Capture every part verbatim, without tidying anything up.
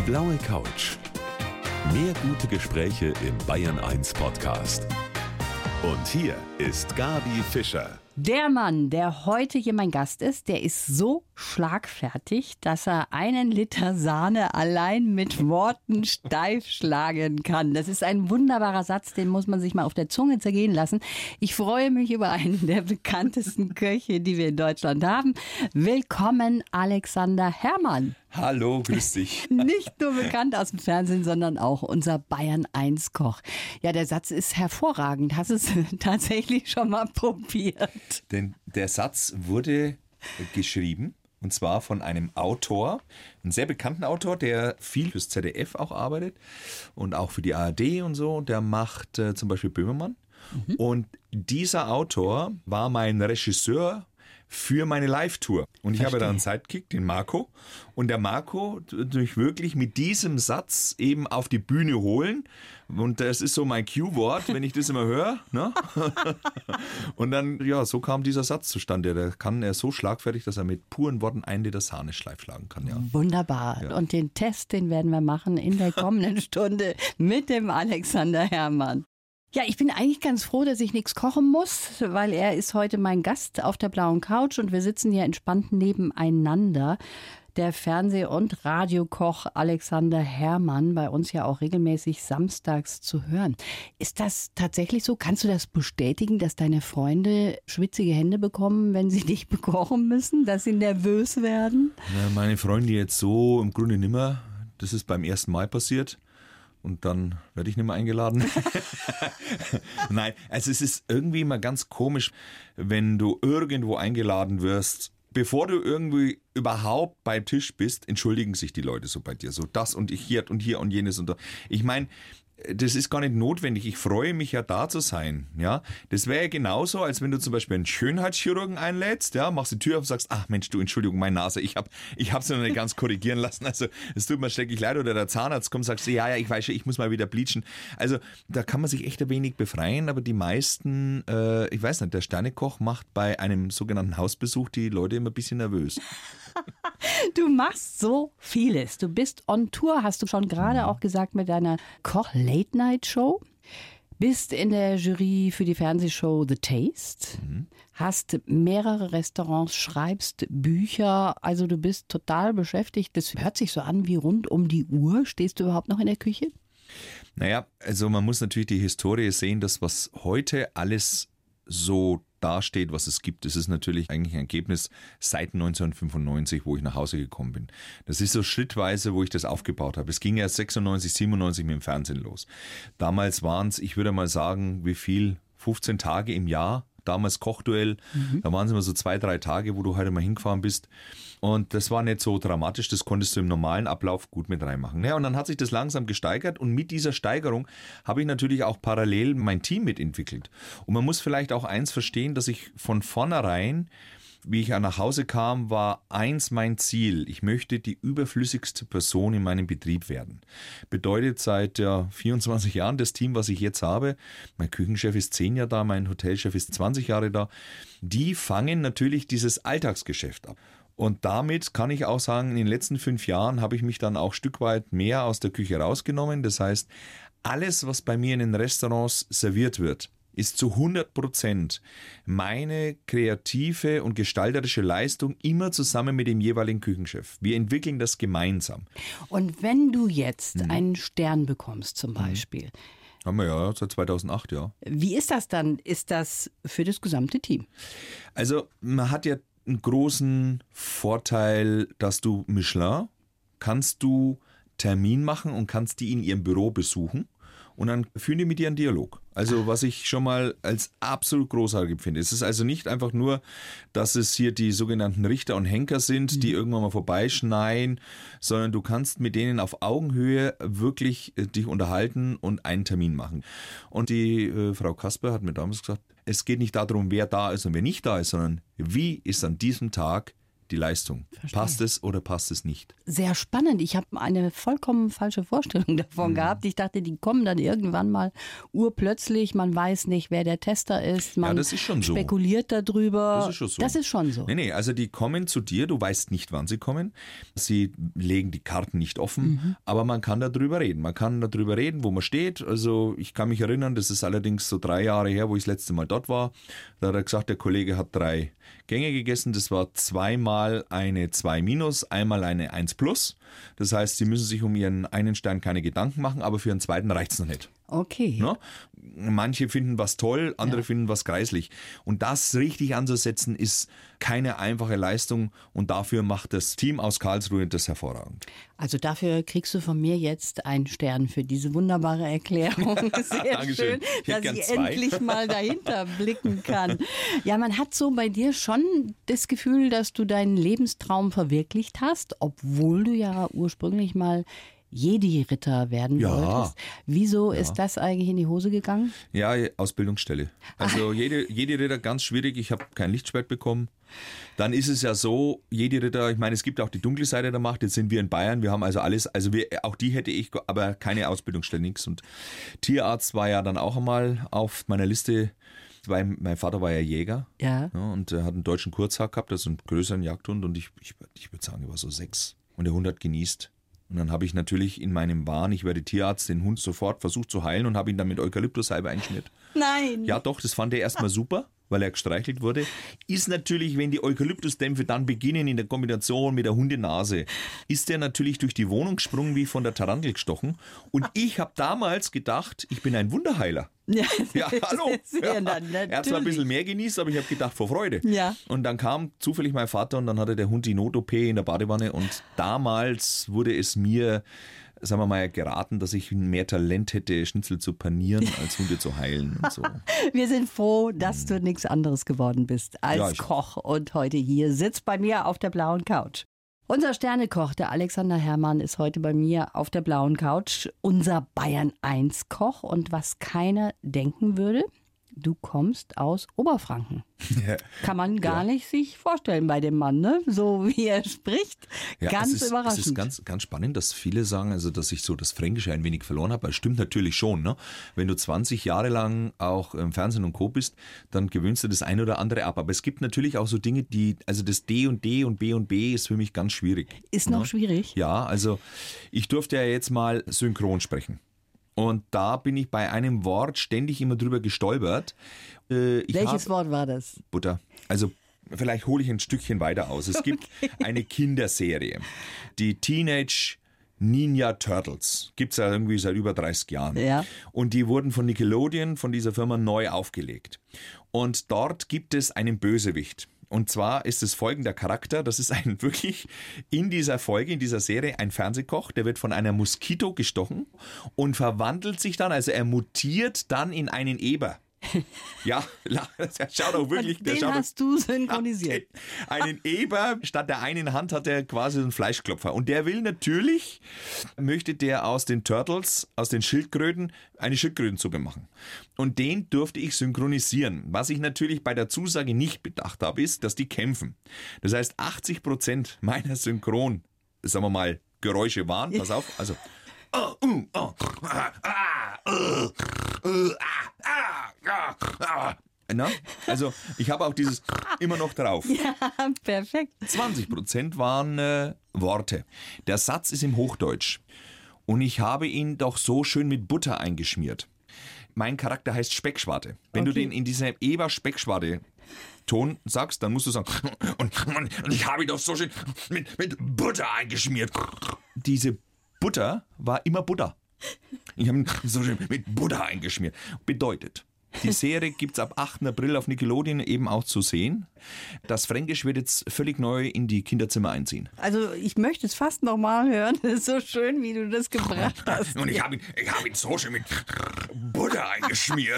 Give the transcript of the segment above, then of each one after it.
blaue Couch. Mehr gute Gespräche im Bayern eins Podcast. Und hier ist Gabi Fischer. Der Mann, der heute hier mein Gast ist, der ist so schlagfertig, dass er einen Liter Sahne allein mit Worten steif schlagen kann. Das ist ein wunderbarer Satz, den muss man sich mal auf der Zunge zergehen lassen. Ich freue mich über einen der bekanntesten Köche, die wir in Deutschland haben. Willkommen, Alexander Herrmann. Hallo, grüß dich. Nicht nur bekannt aus dem Fernsehen, sondern auch unser Bayern eins Koch. Ja, der Satz ist hervorragend. Hast du es tatsächlich schon mal probiert? Denn der Satz wurde geschrieben, und zwar von einem Autor, einem sehr bekannten Autor, der viel fürs Z D F auch arbeitet und auch für die A R D und so. Der macht äh, zum Beispiel Böhmermann. Mhm. Und dieser Autor war mein Regisseur für meine Live-Tour. Und ich Verstehe. habe da einen Sidekick, den Marco. Und der Marco durch wirklich mit diesem Satz eben auf die Bühne holen. Und das ist so mein Cue-Wort, wenn ich das immer höre. Ne? Und dann, ja, so kam dieser Satz zustande. Da kann er so schlagfertig, dass er mit puren Worten einen Liter Sahne steif schlagen kann. Ja. Wunderbar. Ja. Und den Test, den werden wir machen in der kommenden Stunde mit dem Alexander Herrmann. Ja, ich bin eigentlich ganz froh, dass ich nichts kochen muss, weil er ist heute mein Gast auf der blauen Couch und wir sitzen hier entspannt nebeneinander. Der Fernseh- und Radiokoch Alexander Herrmann, bei uns ja auch regelmäßig samstags zu hören. Ist das tatsächlich so? Kannst du das bestätigen, dass deine Freunde schwitzige Hände bekommen, wenn sie dich bekochen müssen, dass sie nervös werden? Ja, meine Freunde jetzt so im Grunde nimmer. Das ist beim ersten Mal passiert. Und dann werde ich nicht mehr eingeladen. Nein, also es ist irgendwie immer ganz komisch, wenn du irgendwo eingeladen wirst. Bevor du irgendwie überhaupt beim Tisch bist, entschuldigen sich die Leute so bei dir. So das und ich hier und hier und jenes und da. Ich meine, das ist gar nicht notwendig. Ich freue mich ja, da zu sein. Ja, das wäre ja genauso, als wenn du zum Beispiel einen Schönheitschirurgen einlädst, ja, machst die Tür auf und sagst, ach Mensch, du, Entschuldigung, meine Nase, ich habe ich hab's noch nicht ganz korrigieren lassen. Also, es tut mir schrecklich leid. Oder der Zahnarzt kommt und sagt, ja, ja, ich weiß schon, ich muss mal wieder bleachen. Also, da kann man sich echt ein wenig befreien, aber die meisten, äh, ich weiß nicht, der Sternekoch macht bei einem sogenannten Hausbesuch die Leute immer ein bisschen nervös. Du machst so vieles. Du bist on Tour, hast du schon gerade mhm. auch gesagt, mit deiner Koch-Late-Night-Show. Bist in der Jury für die Fernsehshow The Taste. Mhm. Hast mehrere Restaurants, schreibst Bücher. Also du bist total beschäftigt. Das hört sich so an wie rund um die Uhr. Stehst du überhaupt noch in der Küche? Naja, also man muss natürlich die Historie sehen, dass was heute alles so dasteht, was es gibt. Das ist natürlich eigentlich ein Ergebnis seit neunzehnhundertfünfundneunzig, wo ich nach Hause gekommen bin. Das ist so schrittweise, wo ich das aufgebaut habe. Es ging ja sechsundneunzig, siebenundneunzig mit dem Fernsehen los. Damals waren es, ich würde mal sagen, wie viel? fünfzehn Tage im Jahr. Damals Kochduell, mhm. da waren es immer so zwei, drei Tage, wo du halt mal hingefahren bist. Und das war nicht so dramatisch, das konntest du im normalen Ablauf gut mit reinmachen. Ja, und dann hat sich das langsam gesteigert und mit dieser Steigerung habe ich natürlich auch parallel mein Team mitentwickelt. Und man muss vielleicht auch eins verstehen, dass ich von vornherein, wie ich nach Hause kam, war eins mein Ziel. Ich möchte die überflüssigste Person in meinem Betrieb werden. Bedeutet seit ja, vierundzwanzig Jahren das Team, was ich jetzt habe, mein Küchenchef ist zehn Jahre da, mein Hotelchef ist zwanzig Jahre da, die fangen natürlich dieses Alltagsgeschäft ab. Und damit kann ich auch sagen, in den letzten fünf Jahren habe ich mich dann auch ein Stück weit mehr aus der Küche rausgenommen. Das heißt, alles, was bei mir in den Restaurants serviert wird, ist zu hundert Prozent meine kreative und gestalterische Leistung immer zusammen mit dem jeweiligen Küchenchef. Wir entwickeln das gemeinsam. Und wenn du jetzt mhm. einen Stern bekommst zum Beispiel. Mhm. Haben wir ja seit zweitausendacht, ja. Wie ist das dann? Ist das für das gesamte Team? Also man hat ja einen großen Vorteil, dass du Michelin kannst du Termin machen und kannst die in ihrem Büro besuchen. Und dann führen die mit dir einen Dialog. Also was ich schon mal als absolut großartig finde. Es ist also nicht einfach nur, dass es hier die sogenannten Richter und Henker sind, die irgendwann mal vorbeischneien, sondern du kannst mit denen auf Augenhöhe wirklich dich unterhalten und einen Termin machen. Und die äh, Frau Kasper hat mir damals gesagt, es geht nicht darum, wer da ist und wer nicht da ist, sondern wie ist an diesem Tag die Leistung. Verstehe. Passt es oder passt es nicht? Sehr spannend. Ich habe eine vollkommen falsche Vorstellung davon mhm. gehabt. Ich dachte, die kommen dann irgendwann mal urplötzlich. Man weiß nicht, wer der Tester ist. Man ja, das ist schon so. spekuliert darüber. Das ist schon so. Das ist schon so. Nee, nee, also die kommen zu dir, du weißt nicht, wann sie kommen. Sie legen die Karten nicht offen, mhm. aber man kann darüber reden. Man kann darüber reden, wo man steht. Also ich kann mich erinnern, das ist allerdings so drei Jahre her, wo ich das letzte Mal dort war. Da hat er gesagt, der Kollege hat drei Gänge gegessen. Das war zweimal eine zwei minus, einmal eine eins plus. Das heißt, sie müssen sich um ihren einen Stern keine Gedanken machen, aber für einen zweiten reicht es noch nicht. Okay. No? Manche finden was toll, andere ja. finden was greislich. Und das richtig anzusetzen, ist keine einfache Leistung und dafür macht das Team aus Karlsruhe das hervorragend. Also dafür kriegst du von mir jetzt einen Stern für diese wunderbare Erklärung. Sehr schön, ich dass ich zwei. endlich mal dahinter blicken kann. Ja, man hat so bei dir schon das Gefühl, dass du deinen Lebenstraum verwirklicht hast, obwohl du ja ursprünglich mal Jedi-Ritter werden ja. wolltest. Wieso ja. ist das eigentlich in die Hose gegangen? Ja, Ausbildungsstelle. Also jede, jede Ritter ganz schwierig. Ich habe kein Lichtschwert bekommen. Dann ist es ja so, jede Ritter, ich meine, es gibt auch die dunkle Seite der Macht. Jetzt sind wir in Bayern, wir haben also alles, also wir, auch die hätte ich, aber keine Ausbildungsstelle, nichts. Und Tierarzt war ja dann auch einmal auf meiner Liste, weil mein Vater war ja Jäger. Ja. Ja, und er hat einen deutschen Kurzhaar gehabt, das ist ein größeren Jagdhund und ich, ich, ich würde sagen, er war so sechs. Und der Hund hat genießt. Und dann habe ich natürlich in meinem Wahn, ich werde Tierarzt, den Hund sofort versucht zu heilen und habe ihn dann mit Eukalyptussalbe eingeschmiert. Nein. Ja doch, das fand er erstmal super, weil er gestreichelt wurde. Ist natürlich, wenn die Eukalyptusdämpfe dann beginnen in der Kombination mit der Hundenase, ist der natürlich durch die Wohnung gesprungen wie von der Tarantel gestochen. Und ich habe damals gedacht, ich bin ein Wunderheiler. Ja, ja hallo. Ja. Dann, er hat zwar ein bisschen mehr genießt, aber ich habe gedacht, vor Freude. Ja. Und dann kam zufällig mein Vater und dann hatte der Hund die Not-O P in der Badewanne und damals wurde es mir, sagen wir mal, geraten, dass ich mehr Talent hätte, Schnitzel zu panieren, als Hunde zu heilen und so. Wir sind froh, dass du nichts anderes geworden bist als Ja, ich- Koch und heute hier sitzt bei mir auf der blauen Couch. Unser Sternekoch, der Alexander Herrmann, ist heute bei mir auf der blauen Couch. Unser Bayern eins Koch. Und was keiner denken würde, du kommst aus Oberfranken. Kann man gar Ja. nicht sich vorstellen bei dem Mann, ne? So wie er spricht. Ja, ganz es ist, überraschend. Es ist ganz, ganz spannend, dass viele sagen, also dass ich so das Fränkische ein wenig verloren habe. Das stimmt natürlich schon. Ne? Wenn du zwanzig Jahre lang auch im Fernsehen und Co. bist, dann gewöhnst du das eine oder andere ab. Aber es gibt natürlich auch so Dinge, die, also das D und D und B und B ist für mich ganz schwierig. Ist noch ne? schwierig. Ja, also ich durfte ja jetzt mal synchron sprechen. Und da bin ich bei einem Wort ständig immer drüber gestolpert. Äh, ich Welches hab- Wort war das? Butter. Also vielleicht hole ich ein Stückchen weiter aus. Es gibt eine Kinderserie, die Teenage Ninja Turtles. Gibt es ja irgendwie seit über dreißig Jahren. Ja. Und die wurden von Nickelodeon, von dieser Firma, neu aufgelegt. Und dort gibt es einen Bösewicht. Und zwar ist es folgender Charakter, das ist ein wirklich in dieser Folge, in dieser Serie ein Fernsehkoch, der wird von einer Moskito gestochen und verwandelt sich dann, also er mutiert dann in einen Eber. Ja, der schaut auch wirklich. Der Den schaut hast du synchronisiert. Einen Eber, statt der einen Hand hat er quasi einen Fleischklopfer. Und der will natürlich, möchte der aus den Turtles, aus den Schildkröten, eine Schildkrötensuppe machen. Und den durfte ich synchronisieren. Was ich natürlich bei der Zusage nicht bedacht habe, ist, dass die kämpfen. Das heißt, achtzig Prozent meiner Synchron, sagen wir mal, Geräusche waren, pass auf, also Oh, uh, oh, ah, ah, uh, uh, ah, ah, ah. Na? Also ich habe auch dieses immer noch drauf. Ja, perfekt. zwanzig Prozent waren äh, Worte. Der Satz ist im Hochdeutsch. Und ich habe ihn doch so schön mit Butter eingeschmiert. Mein Charakter heißt Speckschwarte. Wenn Okay. du den in dieser Eber-Speckschwarte Ton sagst, dann musst du sagen, und, und, und ich habe ihn doch so schön mit, mit Butter eingeschmiert. Diese Butter war immer Butter. Ich habe ihn so schön mit Butter eingeschmiert. Bedeutet, die Serie gibt es ab achten April auf Nickelodeon eben auch zu sehen. Das Fränkisch wird jetzt völlig neu in die Kinderzimmer einziehen. Also ich möchte es fast nochmal hören. Das ist so schön, wie du das gebracht hast. Und ich habe ihn, ich hab ihn so schön mit Butter eingeschmiert.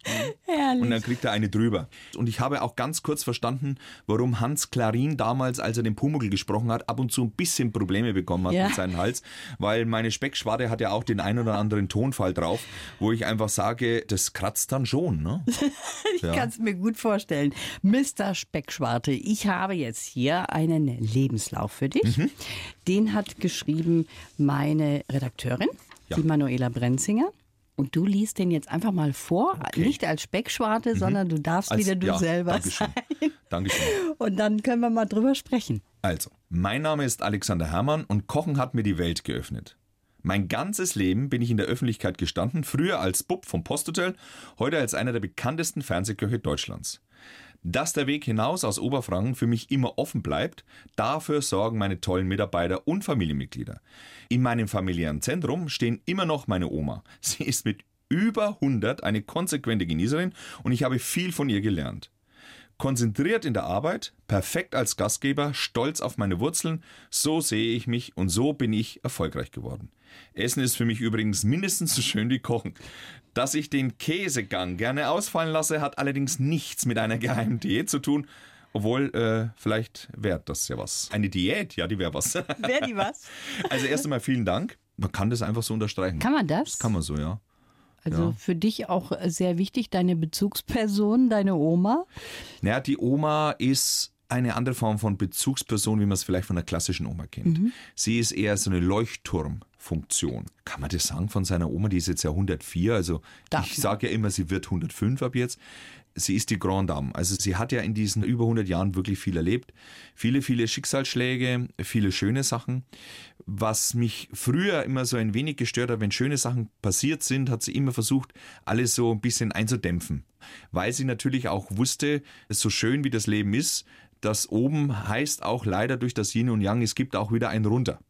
Herrlich. Und dann kriegt er eine drüber. Und ich habe auch ganz kurz verstanden, warum Hans Klarin damals, als er den Pumuckl gesprochen hat, ab und zu ein bisschen Probleme bekommen hat Ja. mit seinem Hals. Weil meine Speckschwarte hat ja auch den ein oder anderen Tonfall drauf, wo ich einfach sage, das kratzt dann schon. Ne? Ich kann es mir gut vorstellen. Mister Speckschwarte, ich habe jetzt hier einen Lebenslauf für dich. Mhm. Den hat geschrieben meine Redakteurin, Ja. die Manuela Brenzinger. Und du liest den jetzt einfach mal vor, Okay. nicht als Speckschwarte, sondern du darfst Als- wieder du ja, selber Dankeschön. sein. Dankeschön. Und dann können wir mal drüber sprechen. Also, mein Name ist Alexander Herrmann und Kochen hat mir die Welt geöffnet. Mein ganzes Leben bin ich in der Öffentlichkeit gestanden, früher als Bub vom Posthotel, heute als einer der bekanntesten Fernsehköche Deutschlands. Dass der Weg hinaus aus Oberfranken für mich immer offen bleibt, dafür sorgen meine tollen Mitarbeiter und Familienmitglieder. In meinem familiären Zentrum stehen immer noch meine Oma. Sie ist mit über hundert eine konsequente Genießerin und ich habe viel von ihr gelernt. Konzentriert in der Arbeit, perfekt als Gastgeber, stolz auf meine Wurzeln, so sehe ich mich und so bin ich erfolgreich geworden. Essen ist für mich übrigens mindestens so schön wie Kochen. Dass ich den Käsegang gerne ausfallen lasse, hat allerdings nichts mit einer geheimen Diät zu tun, obwohl, äh, vielleicht wäre das ja was. Eine Diät, ja, die wäre was. Wer die was? Also erst einmal vielen Dank. Man kann das einfach so unterstreichen. Kann man das? Kann man so, ja. Also ja. für dich auch sehr wichtig, deine Bezugsperson, deine Oma. Naja, die Oma ist eine andere Form von Bezugsperson, wie man es vielleicht von der klassischen Oma kennt. Mhm. Sie ist eher so eine Leuchtturmfunktion. Kann man das sagen von seiner Oma? Die ist jetzt ja hundertvier, also Darf ich man. sage ja immer, sie wird hundertfünf ab jetzt. Sie ist die Grande Dame. Also sie hat ja in diesen über hundert Jahren wirklich viel erlebt. Viele, viele Schicksalsschläge, viele schöne Sachen. Was mich früher immer so ein wenig gestört hat, wenn schöne Sachen passiert sind, hat sie immer versucht, alles so ein bisschen einzudämpfen. Weil sie natürlich auch wusste, so schön wie das Leben ist, das oben heißt auch leider durch das Yin und Yang, es gibt auch wieder ein Runter.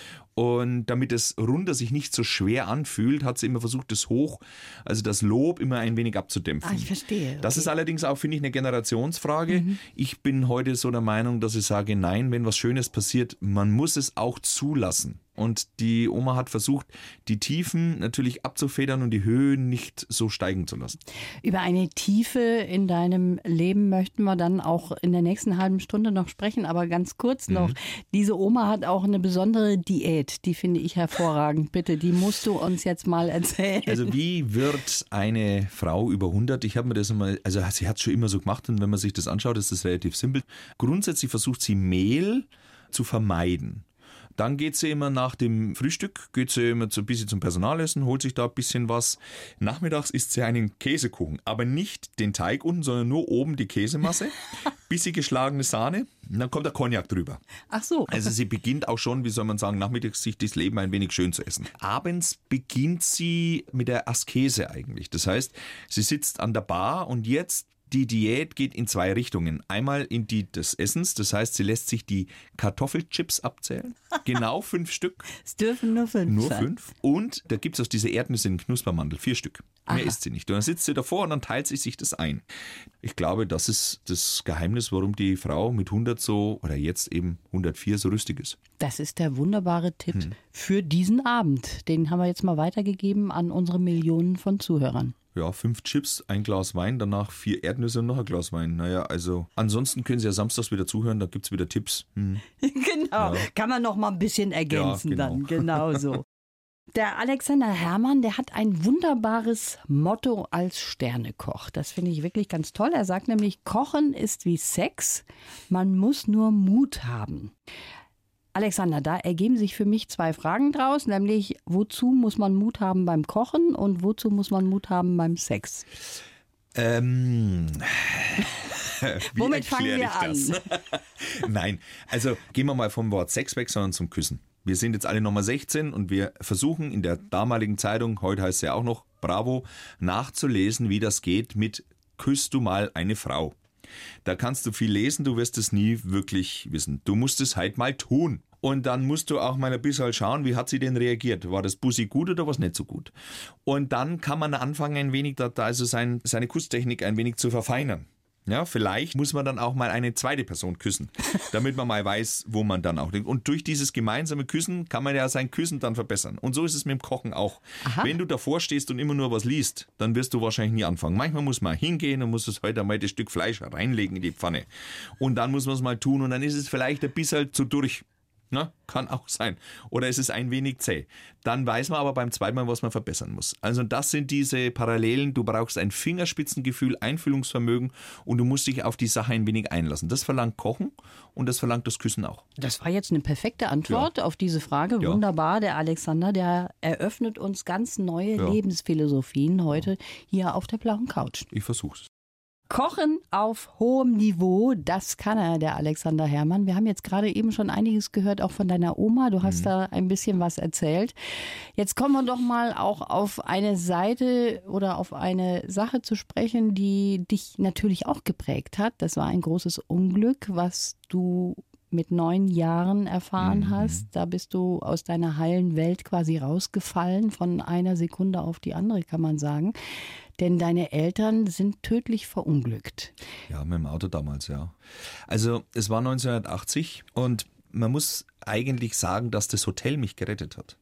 Und damit das Runter sich nicht so schwer anfühlt, hat sie immer versucht, das Hoch, also das Lob, immer ein wenig abzudämpfen. Ah, ich verstehe. Das Okay. ist allerdings auch, finde ich, eine Generationsfrage. Mhm. Ich bin heute so der Meinung, dass ich sage, nein, wenn was Schönes passiert, man muss es auch zulassen. Und die Oma hat versucht, die Tiefen natürlich abzufedern und die Höhen nicht so steigen zu lassen. Über eine Tiefe in deinem Leben möchten wir dann auch in der nächsten halben Stunde noch sprechen. Aber ganz kurz noch, mhm. diese Oma hat auch eine besondere Diät, die finde ich hervorragend. Bitte, die musst du uns jetzt mal erzählen. Also wie wird eine Frau über hundert, ich habe mir das einmal, also sie hat es schon immer so gemacht und wenn man sich das anschaut, ist das relativ simpel. Grundsätzlich versucht sie Mehl zu vermeiden. Dann geht sie immer nach dem Frühstück, geht sie immer so ein bisschen zum Personalessen, holt sich da ein bisschen was. Nachmittags isst sie einen Käsekuchen, aber nicht den Teig unten, sondern nur oben die Käsemasse, bisschen geschlagene Sahne und dann kommt der Cognac drüber. Ach so. Also sie beginnt auch schon, wie soll man sagen, nachmittags sich das Leben ein wenig schön zu essen. Abends beginnt sie mit der Askese eigentlich. Das heißt, sie sitzt an der Bar und jetzt die Diät geht in zwei Richtungen. Einmal in die des Essens, das heißt, sie lässt sich die Kartoffelchips abzählen. Genau fünf Stück. Es dürfen nur fünf Nur sein. fünf. Und da gibt es aus dieser Erdnüsse in Knuspermandel, vier Stück. Mehr Aha. isst sie nicht. Und dann sitzt sie davor und dann teilt sie sich das ein. Ich glaube, das ist das Geheimnis, warum die Frau mit hundert so, oder jetzt eben hundertvier so rüstig ist. Das ist der wunderbare Tipp Hm. für diesen Abend. Den haben wir jetzt mal weitergegeben an unsere Millionen von Zuhörern. Ja, fünf Chips, ein Glas Wein, danach vier Erdnüsse und noch ein Glas Wein. Naja, also ansonsten können Sie ja samstags wieder zuhören, da gibt es wieder Tipps. Hm. Genau, ja. Kann man noch mal ein bisschen ergänzen ja, genau. dann, genau so. Der Alexander Herrmann, der hat ein wunderbares Motto als Sternekoch. Das finde ich wirklich ganz toll. Er sagt nämlich, Kochen ist wie Sex, man muss nur Mut haben. Alexander, da ergeben sich für mich zwei Fragen draus, nämlich wozu muss man Mut haben beim Kochen und wozu muss man Mut haben beim Sex? Ähm, wie Womit fangen erkläre wir ich das? Nein, also gehen wir mal vom Wort Sex weg, sondern zum Küssen. Wir sind jetzt alle Nummer sechzehn und wir versuchen in der damaligen Zeitung, heute heißt es ja auch noch Bravo, nachzulesen, wie das geht mit küsst du mal eine Frau. Da kannst du viel lesen, du wirst es nie wirklich wissen. Du musst es halt mal tun. Und dann musst du auch mal ein bisschen schauen, wie hat sie denn reagiert? War das Bussi gut oder was nicht so gut? Und dann kann man anfangen, ein wenig, da also sein, seine Kusstechnik ein wenig zu verfeinern. Ja, vielleicht muss man dann auch mal eine zweite Person küssen, damit man mal weiß, wo man dann auch liegt. Und durch dieses gemeinsame Küssen kann man ja sein Küssen dann verbessern. Und so ist es mit dem Kochen auch. Aha. Wenn du davor stehst und immer nur was liest, dann wirst du wahrscheinlich nie anfangen. Manchmal muss man hingehen und muss es heute einmal das Stück Fleisch reinlegen in die Pfanne. Und dann muss man es mal tun und dann ist es vielleicht ein bisschen zu durch. Na, kann auch sein. Oder es ist ein wenig zäh. Dann weiß man aber beim zweiten Mal, was man verbessern muss. Also das sind diese Parallelen. Du brauchst ein Fingerspitzengefühl, Einfühlungsvermögen und du musst dich auf die Sache ein wenig einlassen. Das verlangt Kochen und das verlangt das Küssen auch. Das war jetzt eine perfekte Antwort ja. auf diese Frage. Ja. Wunderbar. Der Alexander, der eröffnet uns ganz neue ja. Lebensphilosophien heute ja. hier auf der blauen Couch. Ich versuch's. Kochen auf hohem Niveau, das kann er, der Alexander Herrmann. Wir haben jetzt gerade eben schon einiges gehört, auch von deiner Oma. Du hast mhm. da ein bisschen was erzählt. Jetzt kommen wir doch mal auch auf eine Seite oder auf eine Sache zu sprechen, die dich natürlich auch geprägt hat. Das war ein großes Unglück, was du mit neun Jahren erfahren mhm. hast. Da bist du aus deiner heilen Welt quasi rausgefallen, von einer Sekunde auf die andere, kann man sagen. Denn deine Eltern sind tödlich verunglückt. Ja, mit dem Auto damals, ja. Also es war neunzehnhundertachtzig und man muss eigentlich sagen, dass das Hotel mich gerettet hat.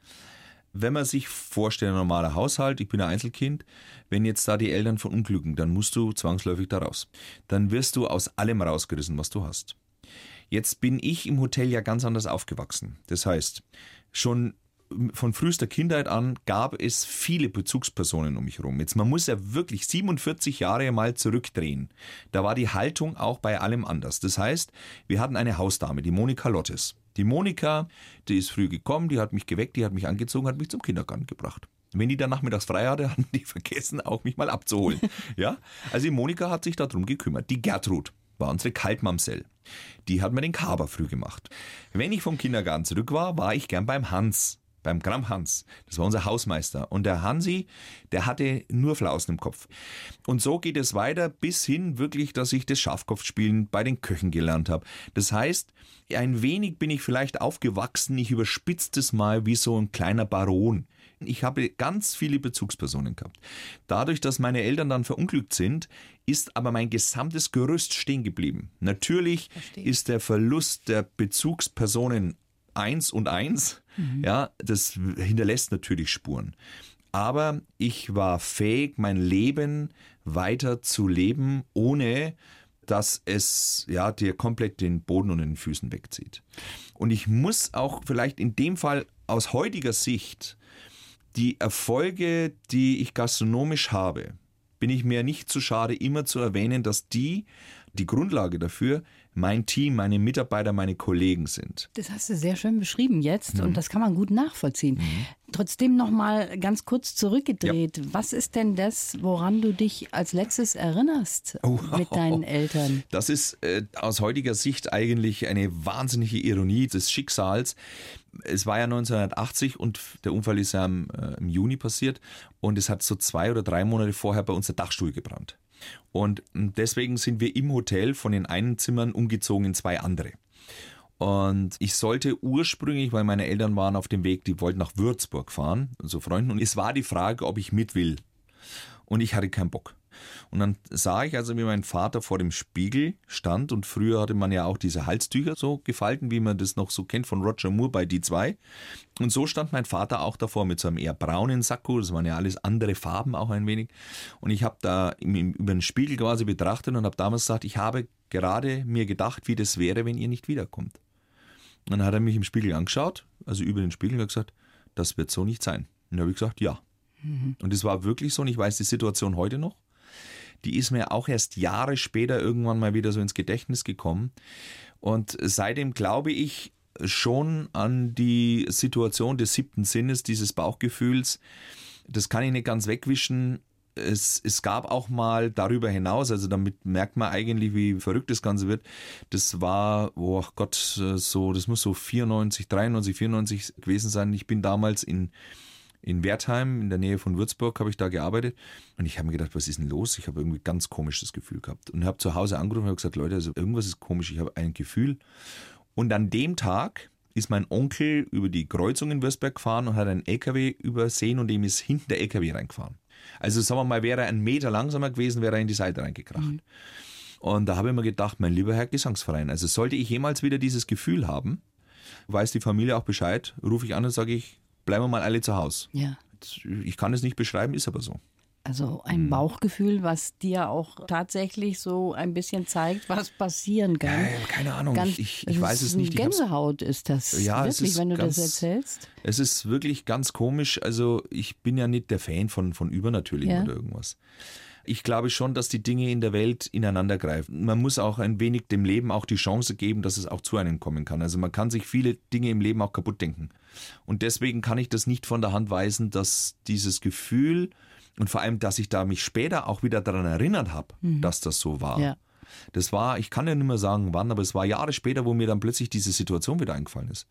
Wenn man sich vorstellt, ein normaler Haushalt, ich bin ein Einzelkind, wenn jetzt da die Eltern verunglücken, dann musst du zwangsläufig da raus. Dann wirst du aus allem rausgerissen, was du hast. Jetzt bin ich im Hotel ja ganz anders aufgewachsen. Das heißt, schon von frühester Kindheit an gab es viele Bezugspersonen um mich herum. Jetzt, man muss ja wirklich siebenundvierzig Jahre mal zurückdrehen. Da war die Haltung auch bei allem anders. Das heißt, wir hatten eine Hausdame, die Monika Lottes. Die Monika, die ist früh gekommen, die hat mich geweckt, die hat mich angezogen, hat mich zum Kindergarten gebracht. Wenn die dann nachmittags frei hatte, hatten die vergessen, auch mich mal abzuholen. Ja? Also die Monika hat sich darum gekümmert. Die Gertrud war unsere Kaltmamsell. Die hat mir den Kaber früh gemacht. Wenn ich vom Kindergarten zurück war, war ich gern beim Hans. Beim Gramm Hans. Das war unser Hausmeister. Und der Hansi, der hatte nur Flausen im Kopf. Und so geht es weiter bis hin wirklich, dass ich das Schafkopfspielen bei den Köchen gelernt habe. Das heißt, ein wenig bin ich vielleicht aufgewachsen, ich überspitze das mal wie so ein kleiner Baron. Ich habe ganz viele Bezugspersonen gehabt. Dadurch, dass meine Eltern dann verunglückt sind, ist aber mein gesamtes Gerüst stehen geblieben. Natürlich Verstehe. Ist der Verlust der Bezugspersonen eins und eins, mhm. ja, das hinterlässt natürlich Spuren. Aber ich war fähig, mein Leben weiter zu leben, ohne dass es ja dir komplett den Boden unter den Füßen wegzieht. Und ich muss auch vielleicht in dem Fall aus heutiger Sicht die Erfolge, die ich gastronomisch habe, bin ich mir nicht zu schade, immer zu erwähnen, dass die die Grundlage dafür mein Team, meine Mitarbeiter, meine Kollegen sind. Das hast du sehr schön beschrieben jetzt mhm. und das kann man gut nachvollziehen. Mhm. Trotzdem noch mal ganz kurz zurückgedreht. Ja. Was ist denn das, woran du dich als letztes erinnerst oh, mit deinen Eltern? Das ist äh, aus heutiger Sicht eigentlich eine wahnsinnige Ironie des Schicksals. Es war ja neunzehnhundertachtzig und der Unfall ist ja im, äh, im Juni passiert und es hat so zwei oder drei Monate vorher bei uns der Dachstuhl gebrannt. Und deswegen sind wir im Hotel von den einen Zimmern umgezogen in zwei andere. Und ich sollte ursprünglich, weil meine Eltern waren auf dem Weg, die wollten nach Würzburg fahren, so Freunden, und es war die Frage, ob ich mit will. Und ich hatte keinen Bock. Und dann sah ich also, wie mein Vater vor dem Spiegel stand und früher hatte man ja auch diese Halstücher so gefalten, wie man das noch so kennt von Roger Moore bei D zwei. Und so stand mein Vater auch davor mit so einem eher braunen Sakko, das waren ja alles andere Farben auch ein wenig. Und ich habe da über den Spiegel quasi betrachtet und habe damals gesagt, ich habe gerade mir gedacht, wie das wäre, wenn ihr nicht wiederkommt. Und dann hat er mich im Spiegel angeschaut, also über den Spiegel, und hat gesagt, das wird so nicht sein. Und dann habe ich gesagt, ja. Mhm. Und es war wirklich so und ich weiß die Situation heute noch. Die ist mir auch erst Jahre später irgendwann mal wieder so ins Gedächtnis gekommen. Und seitdem glaube ich schon an die Situation des siebten Sinnes, dieses Bauchgefühls. Das kann ich nicht ganz wegwischen. Es, es gab auch mal darüber hinaus, also damit merkt man eigentlich, wie verrückt das Ganze wird. Das war, oh Gott, so, das muss so vierundneunzig, dreiundneunzig, vierundneunzig gewesen sein. Ich bin damals in In Wertheim, in der Nähe von Würzburg, habe ich da gearbeitet. Und ich habe mir gedacht, was ist denn los? Ich habe irgendwie ganz komisches Gefühl gehabt. Und habe zu Hause angerufen und habe gesagt, Leute, also irgendwas ist komisch, ich habe ein Gefühl. Und an dem Tag ist mein Onkel über die Kreuzung in Würzburg gefahren und hat einen L K W übersehen und dem ist hinten der L K W reingefahren. Also sagen wir mal, wäre er einen Meter langsamer gewesen, wäre er in die Seite reingekracht. Mhm. Und da habe ich mir gedacht, mein lieber Herr Gesangsverein, also sollte ich jemals wieder dieses Gefühl haben, weiß die Familie auch Bescheid, rufe ich an und sage ich, bleiben wir mal alle zu Hause. Ja. Ich kann es nicht beschreiben, ist aber so. Also ein Bauchgefühl, was dir auch tatsächlich so ein bisschen zeigt, was passieren kann. Ja, keine Ahnung, Ganz, ich, ich weiß es nicht. Ich Gänsehaut ist das ja, wirklich, ist wenn du ganz, das erzählst. Es ist wirklich ganz komisch. Also ich bin ja nicht der Fan von, von Übernatürlichen Ja. oder irgendwas. Ich glaube schon, dass die Dinge in der Welt ineinander greifen. Man muss auch ein wenig dem Leben auch die Chance geben, dass es auch zu einem kommen kann. Also man kann sich viele Dinge im Leben auch kaputt denken. Und deswegen kann ich das nicht von der Hand weisen, dass dieses Gefühl und vor allem, dass ich da mich später auch wieder daran erinnert habe, mhm. dass das so war. Ja. Das war, ich kann ja nicht mehr sagen wann, aber es war Jahre später, wo mir dann plötzlich diese Situation wieder eingefallen ist.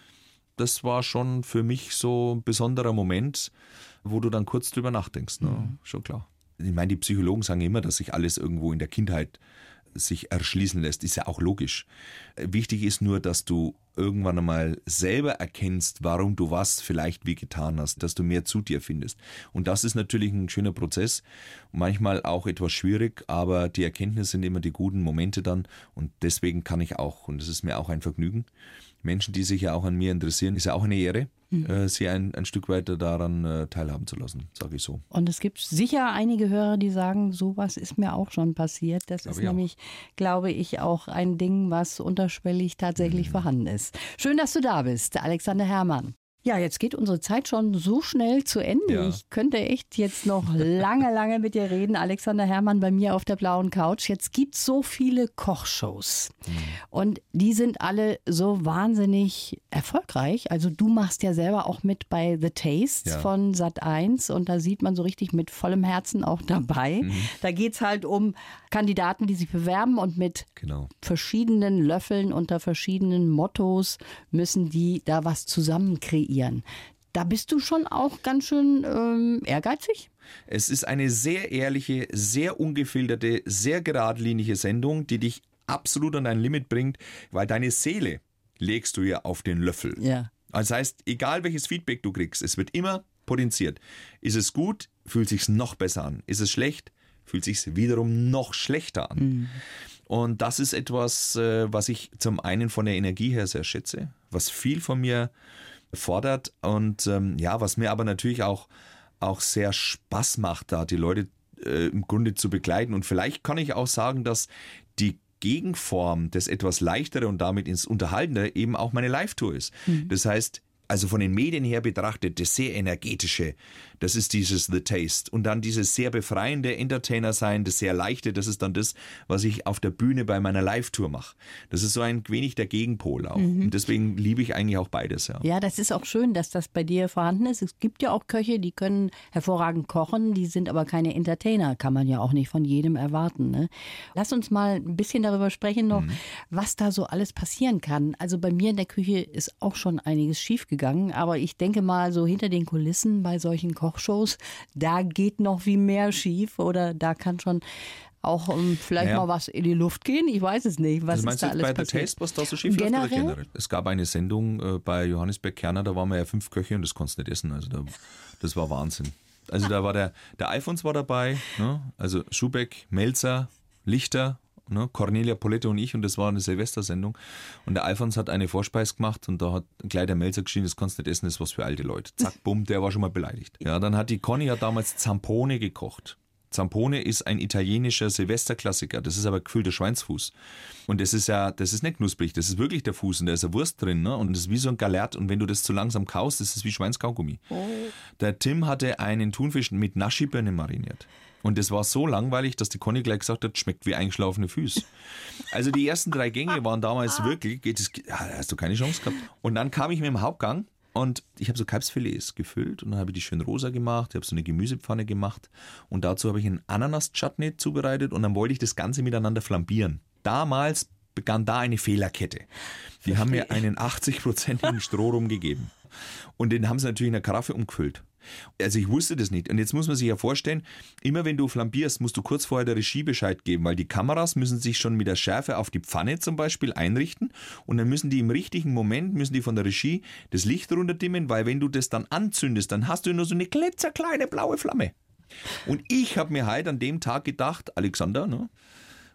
Das war schon für mich so ein besonderer Moment, wo du dann kurz drüber nachdenkst. Ne? Mhm. Schon klar. Ich meine, die Psychologen sagen immer, dass sich alles irgendwo in der Kindheit sich erschließen lässt. Ist ja auch logisch. Wichtig ist nur, dass du irgendwann einmal selber erkennst, warum du was vielleicht wie getan hast, dass du mehr zu dir findest. Und das ist natürlich ein schöner Prozess, manchmal auch etwas schwierig, aber die Erkenntnisse sind immer die guten Momente dann und deswegen kann ich auch, und das ist mir auch ein Vergnügen, Menschen, die sich ja auch an mir interessieren, ist ja auch eine Ehre, mhm. sie ein, ein Stück weiter daran äh, teilhaben zu lassen, sage ich so. Und es gibt sicher einige Hörer, die sagen, sowas ist mir auch schon passiert. Das glaube ist nämlich, auch. glaube ich, auch ein Ding, was unterschwellig tatsächlich mhm. vorhanden ist. Schön, dass du da bist, Alexander Herrmann. Ja, jetzt geht unsere Zeit schon so schnell zu Ende. Ja. Ich könnte echt jetzt noch lange, lange mit dir reden. Alexander Herrmann bei mir auf der blauen Couch. Jetzt gibt es so viele Kochshows mhm. und die sind alle so wahnsinnig erfolgreich. Also du machst ja selber auch mit bei The Taste ja. von Sat eins und da sieht man so richtig mit vollem Herzen auch dabei. Mhm. Da geht es halt um Kandidaten, die sich bewerben und mit genau. verschiedenen Löffeln unter verschiedenen Mottos müssen die da was zusammen kreieren. Da bist du schon auch ganz schön ähm, ehrgeizig? Es ist eine sehr ehrliche, sehr ungefilterte, sehr geradlinige Sendung, die dich absolut an dein Limit bringt, weil deine Seele legst du ja auf den Löffel. Ja. Das heißt, egal welches Feedback du kriegst, es wird immer potenziert. Ist es gut, fühlt sich's noch besser an. Ist es schlecht, fühlt sich's wiederum noch schlechter an. Mhm. Und das ist etwas, was ich zum einen von der Energie her sehr schätze, was viel von mir fordert und ähm, ja, was mir aber natürlich auch, auch sehr Spaß macht, da die Leute äh, im Grunde zu begleiten. Und vielleicht kann ich auch sagen, dass die Gegenform, das etwas leichtere und damit ins Unterhaltende eben auch meine Live-Tour ist. Mhm. Das heißt, also von den Medien her betrachtet, das sehr energetische, das ist dieses The Taste. Und dann dieses sehr befreiende Entertainer sein, das sehr leichte, das ist dann das, was ich auf der Bühne bei meiner Live-Tour mache. Das ist so ein wenig der Gegenpol auch. Mhm. Und deswegen liebe ich eigentlich auch beides. Ja. ja, das ist auch schön, dass das bei dir vorhanden ist. Es gibt ja auch Köche, die können hervorragend kochen, die sind aber keine Entertainer. Kann man ja auch nicht von jedem erwarten. Ne? Lass uns mal ein bisschen darüber sprechen noch, mhm. was da so alles passieren kann. Also bei mir in der Küche ist auch schon einiges schiefgegangen. Aber ich denke mal, so hinter den Kulissen bei solchen Kochshows, da geht noch wie mehr schief oder da kann schon auch um, vielleicht naja. mal was in die Luft gehen. Ich weiß es nicht. Was also meinst ist da du alles bei passiert? The Taste, was da so schief generell? läuft? Oder generell? Es gab eine Sendung äh, bei Johannes Beck-Kerner, da waren wir ja fünf Köche und das konntest du nicht essen. Also da, das war Wahnsinn. Also da war der, der Alfons war dabei, ne? Also Schubeck, Melzer, Lichter, ne? Cornelia Pollette und ich und das war eine Silvestersendung und der Alfons hat eine Vorspeise gemacht und da hat gleich der Melzer geschrien, das kannst du nicht essen, das ist was für alte Leute. Zack, bumm, der war schon mal beleidigt. Ja, dann hat die Conny ja damals Zampone gekocht. Zampone ist ein italienischer Silvesterklassiker, das ist aber gefüllter Schweinsfuß. Und das ist ja, das ist nicht knusprig, das ist wirklich der Fuß und da ist eine Wurst drin, ne? Und das ist wie so ein Galert und wenn du das zu langsam kaust, das ist wie Schweinskaugummi. Oh. Der Tim hatte einen Thunfisch mit Naschibirne mariniert. Und das war so langweilig, dass die Conny gleich gesagt hat, schmeckt wie eingeschlafene Füße. Also die ersten drei Gänge waren damals wirklich, geht es, ja, da hast du keine Chance gehabt. Und dann kam ich mit dem Hauptgang und ich habe so Kalbsfilets gefüllt und dann habe ich die schön rosa gemacht, ich habe so eine Gemüsepfanne gemacht und dazu habe ich einen Ananas-Chutney zubereitet und dann wollte ich das Ganze miteinander flambieren. Damals begann da eine Fehlerkette. Die haben mir einen achtzig-prozentigen Strohrum gegeben und den haben sie natürlich in eine Karaffe umgefüllt. Also ich wusste das nicht. Und jetzt muss man sich ja vorstellen, immer wenn du flambierst, musst du kurz vorher der Regie Bescheid geben, weil die Kameras müssen sich schon mit der Schärfe auf die Pfanne zum Beispiel einrichten und dann müssen die im richtigen Moment, müssen die von der Regie das Licht runterdimmen, weil wenn du das dann anzündest, dann hast du nur so eine klitzekleine blaue Flamme. Und ich habe mir halt an dem Tag gedacht, Alexander, ne,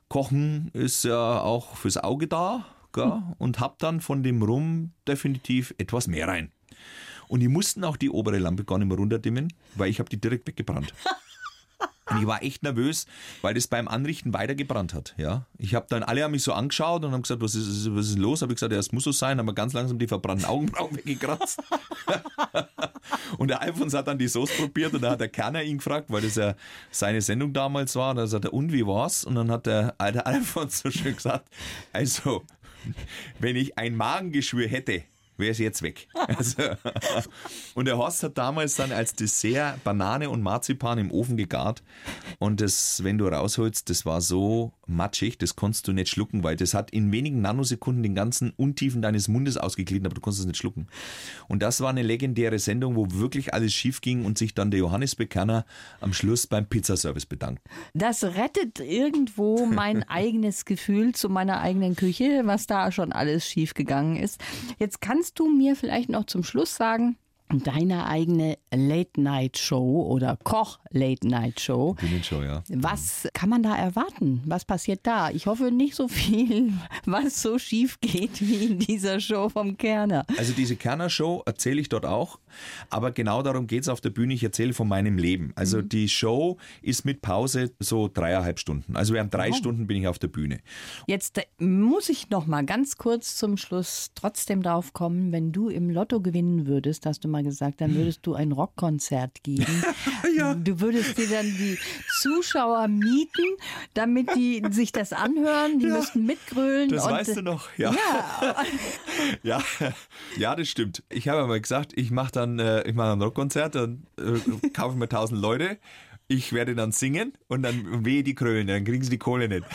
Kochen ist ja auch fürs Auge da, gell? Und hab dann von dem Rum definitiv etwas mehr rein. Und die mussten auch die obere Lampe gar nicht mehr runterdimmen, weil ich habe die direkt weggebrannt. Und ich war echt nervös, weil das beim Anrichten weiter gebrannt hat. Ja, ich habe dann, alle haben mich so angeschaut und haben gesagt, was ist, was ist los? Habe ich gesagt, ja, es muss so sein, haben wir ganz langsam die verbrannten Augenbrauen weggekratzt. Und der Alfons hat dann die Sauce probiert und da hat der Kerner ihn gefragt, weil das ja seine Sendung damals war. Und da sagt er, und wie war's? Und dann hat der alte Alfons so schön gesagt, also, wenn ich ein Magengeschwür hätte, wäre es jetzt weg. Also, und der Horst hat damals dann als Dessert Banane und Marzipan im Ofen gegart. Und das, wenn du rausholst, das war so matschig, das konntest du nicht schlucken, weil das hat in wenigen Nanosekunden den ganzen Untiefen deines Mundes ausgeglitten, aber du konntest es nicht schlucken. Und das war eine legendäre Sendung, wo wirklich alles schief ging und sich dann der Johannes Bekerner am Schluss beim Pizzaservice bedankt. Das rettet irgendwo mein eigenes Gefühl zu meiner eigenen Küche, was da schon alles schief gegangen ist. Jetzt kannst du mir vielleicht noch zum Schluss sagen, deine eigene Late-Night-Show oder Koch-Late-Night-Show. Bühnenshow, ja. Was kann man da erwarten? Was passiert da? Ich hoffe nicht so viel, was so schief geht wie in dieser Show vom Kerner. Also diese Kerner-Show erzähle ich dort auch, aber genau darum geht es auf der Bühne. Ich erzähle von meinem Leben. Also mhm. die Show ist mit Pause so dreieinhalb Stunden. Also während drei oh. Stunden bin ich auf der Bühne. Jetzt muss ich noch mal ganz kurz zum Schluss trotzdem drauf kommen, wenn du im Lotto gewinnen würdest, hast du mal gesagt, dann würdest du ein Rockkonzert geben. Ja. Du würdest dir dann die Zuschauer mieten, damit die sich das anhören. Die ja. müssten mitgrölen. Das und weißt du noch. Ja. Ja. ja. ja, das stimmt. Ich habe mal gesagt, ich mache dann äh, ich mache ein Rockkonzert, dann äh, kaufe ich mir tausend Leute. Ich werde dann singen und dann wehe die Krölen, dann kriegen sie die Kohle nicht.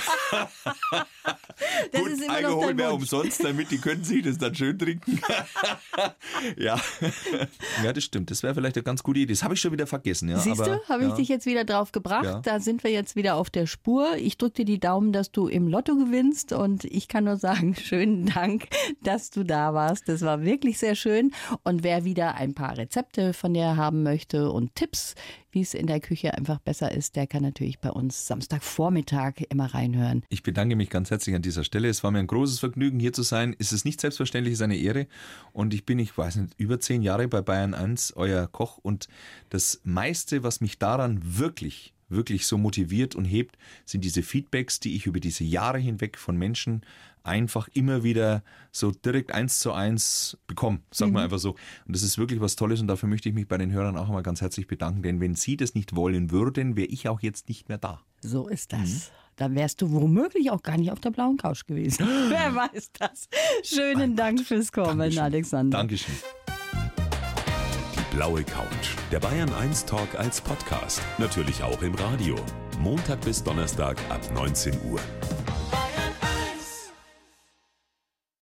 Das Gut, ist immer Alkohol wäre umsonst, damit die können sich das dann schön trinken. ja. ja, das stimmt. Das wäre vielleicht eine ganz gute Idee. Das habe ich schon wieder vergessen. Ja. Siehst Aber, du, habe ja. ich dich jetzt wieder drauf gebracht. Ja. Da sind wir jetzt wieder auf der Spur. Ich drücke dir die Daumen, dass du im Lotto gewinnst und ich kann nur sagen, schönen Dank, dass du da warst. Das war wirklich sehr schön. Und wer wieder ein paar Rezepte von dir haben möchte und Tipps, wie es in der Küche einfach besser ist, der kann natürlich bei uns Samstagvormittag immer reinhören. Ich bedanke mich ganz herzlich an dieser Stelle. Es war mir ein großes Vergnügen, hier zu sein. Es ist nicht selbstverständlich, es ist eine Ehre. Und ich bin, ich weiß nicht, über zehn Jahre bei Bayern eins, euer Koch. Und das meiste, was mich daran wirklich, wirklich so motiviert und hebt, sind diese Feedbacks, die ich über diese Jahre hinweg von Menschen einfach immer wieder so direkt eins zu eins bekommen, sagen wir mhm. einfach so. Und das ist wirklich was Tolles und dafür möchte ich mich bei den Hörern auch einmal ganz herzlich bedanken, denn wenn Sie das nicht wollen würden, wäre ich auch jetzt nicht mehr da. So ist das. Mhm. Dann wärst du womöglich auch gar nicht auf der blauen Couch gewesen. Wer weiß das. Schönen Dank fürs Kommen, Dankeschön. Alexander. Dankeschön. Die blaue Couch. Der Bayern eins Talk als Podcast. Natürlich auch im Radio. Montag bis Donnerstag ab neunzehn Uhr.